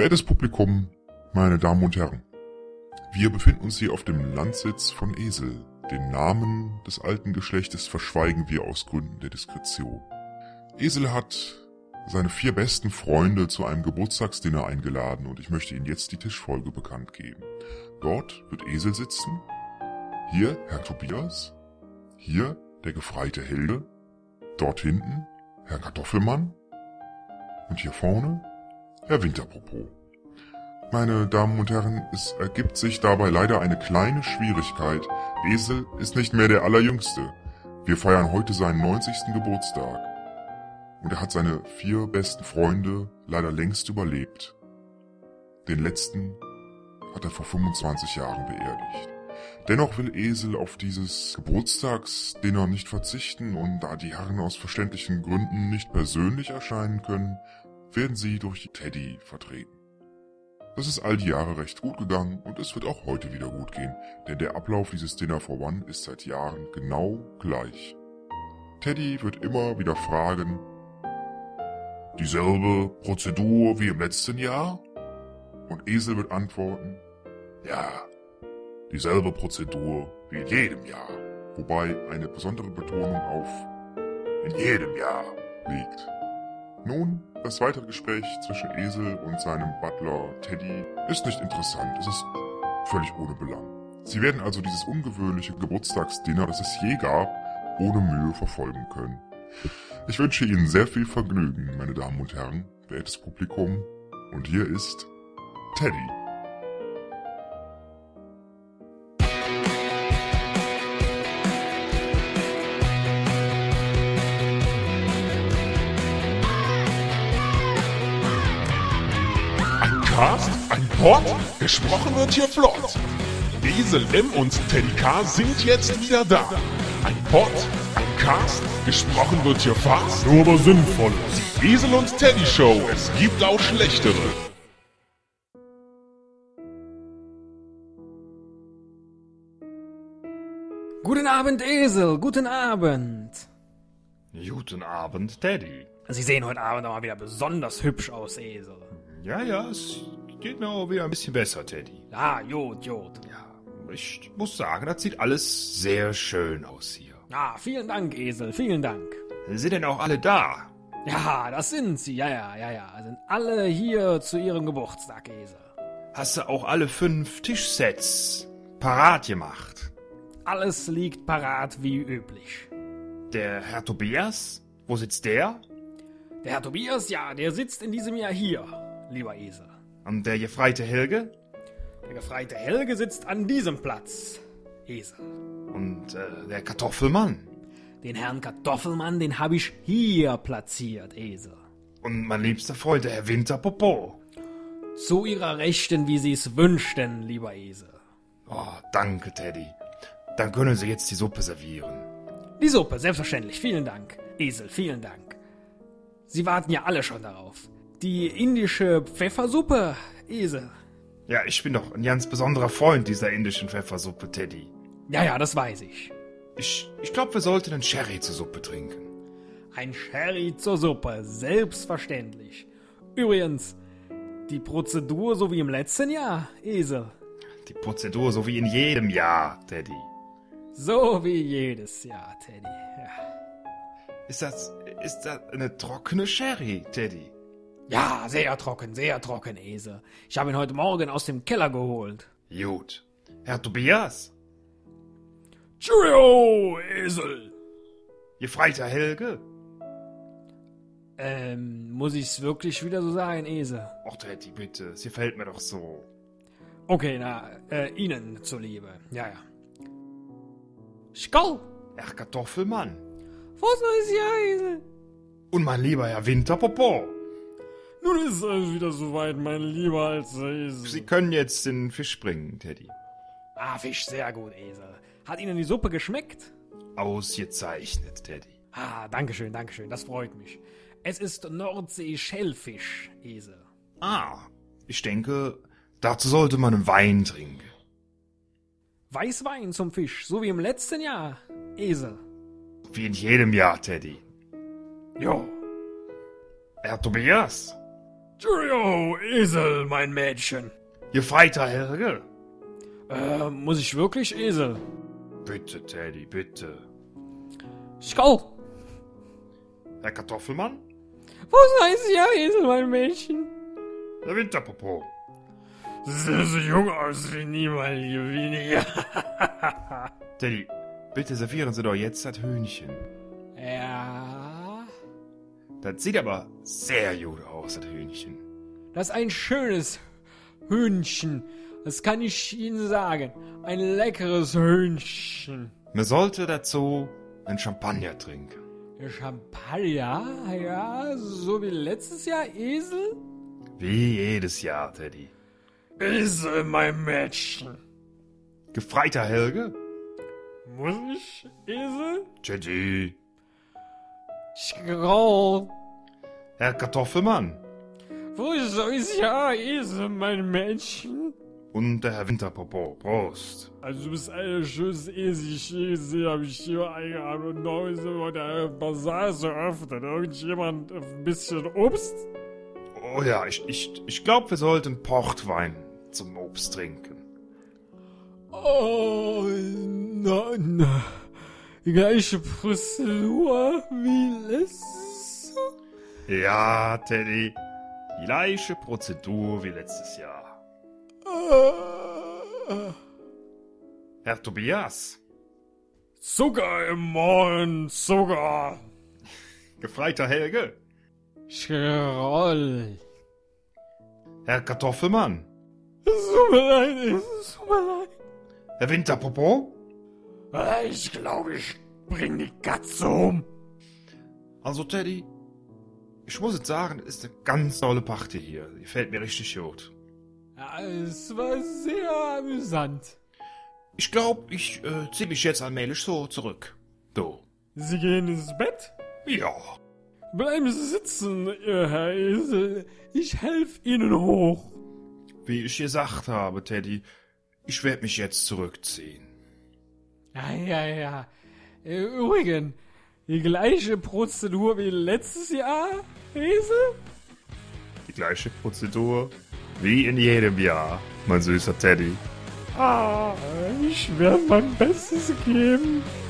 Verehrtes Publikum, meine Damen und Herren, wir befinden uns hier auf dem Landsitz von Esel. Den Namen des alten Geschlechtes verschweigen wir aus Gründen der Diskretion. Esel hat seine 4 besten Freunde zu einem Geburtstagsdinner eingeladen und ich möchte Ihnen jetzt die Tischfolge bekannt geben. Dort wird Esel sitzen, hier Herr Tobias, hier der gefreite Helge, dort hinten Herr Kartoffelmann und hier vorne Herr Winterpopo. Meine Damen und Herren, es ergibt sich dabei leider eine kleine Schwierigkeit. Esel ist nicht mehr der Allerjüngste. Wir feiern heute seinen 90. Geburtstag. Und er hat seine 4 besten Freunde leider längst überlebt. Den letzten hat er vor 25 Jahren beerdigt. Dennoch will Esel auf dieses Geburtstagsdinner nicht verzichten und da die Herren aus verständlichen Gründen nicht persönlich erscheinen können, werden sie durch Teddy vertreten. Das ist all die Jahre recht gut gegangen und es wird auch heute wieder gut gehen, denn der Ablauf dieses Dinner for One ist seit Jahren genau gleich. Teddy wird immer wieder fragen: Dieselbe Prozedur wie im letzten Jahr? Und Esel wird antworten: Ja, dieselbe Prozedur wie in jedem Jahr. Wobei eine besondere Betonung auf in jedem Jahr liegt. Nun, das weitere Gespräch zwischen Esel und seinem Butler Teddy ist nicht interessant, es ist völlig ohne Belang. Sie werden also dieses ungewöhnliche Geburtstagsdinner, das es je gab, ohne Mühe verfolgen können. Ich wünsche Ihnen sehr viel Vergnügen, meine Damen und Herren, verehrtes Publikum, und hier ist Teddy. Ein Pod, gesprochen wird hier flott. Esel M und Teddy K sind jetzt wieder da. Ein Pod, ein Cast, gesprochen wird hier fast, nur aber sinnvoll. Die Esel und Teddy Show, es gibt auch schlechtere. Guten Abend, Esel, guten Abend. Guten Abend, Teddy. Sie sehen heute Abend auch mal wieder besonders hübsch aus, Esel. Ja, es geht mir auch wieder ein bisschen besser, Teddy. Ah, Jod. Ja, ich muss sagen, das sieht alles sehr schön aus hier. Ah, vielen Dank, Esel, vielen Dank. Sind denn auch alle da? Ja, das sind sie, ja. Sind alle hier zu ihrem Geburtstag, Esel. Hast du auch alle 5 Tischsets parat gemacht? Alles liegt parat wie üblich. Der Herr Tobias? Wo sitzt der? Der Herr Tobias, ja, der sitzt in diesem Jahr hier, lieber Esel. Und der gefreite Helge? Der gefreite Helge sitzt an diesem Platz, Esel. Und der Kartoffelmann? Den Herrn Kartoffelmann, den habe ich hier platziert, Esel. Und mein liebster Freund, der Herr Winterpopo? Zu ihrer Rechten, wie Sie es wünschten, lieber Esel. Oh, danke, Teddy. Dann können Sie jetzt die Suppe servieren. Die Suppe, selbstverständlich. Vielen Dank, Esel, vielen Dank. Sie warten ja alle schon darauf. Die indische Pfeffersuppe, Esel. Ja, ich bin doch ein ganz besonderer Freund dieser indischen Pfeffersuppe, Teddy. Ja, das weiß ich. Ich glaube, wir sollten einen Sherry zur Suppe trinken. Ein Sherry zur Suppe, selbstverständlich. Übrigens, die Prozedur so wie im letzten Jahr, Esel. Die Prozedur so wie in jedem Jahr, Teddy. So wie jedes Jahr, Teddy, ja. Ist das eine trockene Sherry, Teddy? Ja, sehr trocken, Esel. Ich habe ihn heute Morgen aus dem Keller geholt. Gut. Herr Tobias? Cheerio, Esel. Gefreiter Helge? Muss ich's wirklich wieder so sagen, Esel? Och, Teddy, bitte. Sie gefällt mir doch so. Okay, Ihnen zuliebe. Ja. Skoll! Herr Kartoffelmann? Frohes neues Jahr, Esel. Und mein lieber Herr Winterpopo? Nun ist es wieder soweit, mein lieber alter Esel. Sie können jetzt den Fisch bringen, Teddy. Ah, Fisch, sehr gut, Esel. Hat Ihnen die Suppe geschmeckt? Ausgezeichnet, Teddy. Ah, dankeschön, das freut mich. Es ist Nordsee-Schellfisch, Esel. Ah, ich denke, dazu sollte man einen Wein trinken. Weißwein zum Fisch, so wie im letzten Jahr, Esel. Wie in jedem Jahr, Teddy. Jo. Herr Tobias? Cheerio, Esel, mein Mädchen. Gefreiter Helge. Muss ich wirklich, Esel? Bitte, Teddy, bitte. Skål. Herr Kartoffelmann? Wo ist ja, Esel, mein Mädchen? Der Winterpopo. Sieht so jung aus wie niemals weniger. Teddy, bitte servieren Sie doch jetzt das Hühnchen. Ja. Das sieht aber sehr gut aus, das Hühnchen. Das ist ein schönes Hühnchen. Das kann ich Ihnen sagen. Ein leckeres Hühnchen. Man sollte dazu einen Champagner trinken. Champagner? Ja, so wie letztes Jahr, Esel? Wie jedes Jahr, Teddy. Esel, mein Mädchen. Gefreiter Helge? Muss ich, Esel? Teddy. Skål. Herr Kartoffelmann? Wo ist ja, Esel, mein Mädchen? Und der Herr Winterpopo. Prost. Also du bist eine schönes Esel, habe ich hier eingeladen und noch ist immer der Basar ist eröffnet. Irgendjemand ein bisschen Obst? Oh ja, ich glaube, wir sollten Portwein zum Obst trinken. Oh, nein. Die gleiche Prozedur wie letztes Jahr? Ja, Teddy. Die gleiche Prozedur wie letztes Jahr. Herr Tobias? Zucker im Mund, Zucker. Gefreiter Helge? Schroll. Herr Kartoffelmann? Es tut mir leid, es tut mir leid. Herr Winterpopo? Ich glaube, ich bring die Katze um. Also, Teddy, ich muss jetzt sagen, das ist eine ganz tolle Party hier. Die fällt mir richtig gut. Ja, es war sehr amüsant. Ich glaube, ich ziehe mich jetzt allmählich so zurück. Du? Sie gehen ins Bett? Ja. Bleiben Sie sitzen, Ihr Herr Esel. Ich helfe Ihnen hoch. Wie ich gesagt habe, Teddy, ich werde mich jetzt zurückziehen. Ja. Übrigens, die gleiche Prozedur wie letztes Jahr, Esel? Die gleiche Prozedur wie in jedem Jahr, mein süßer Teddy. Ich werde mein Bestes geben.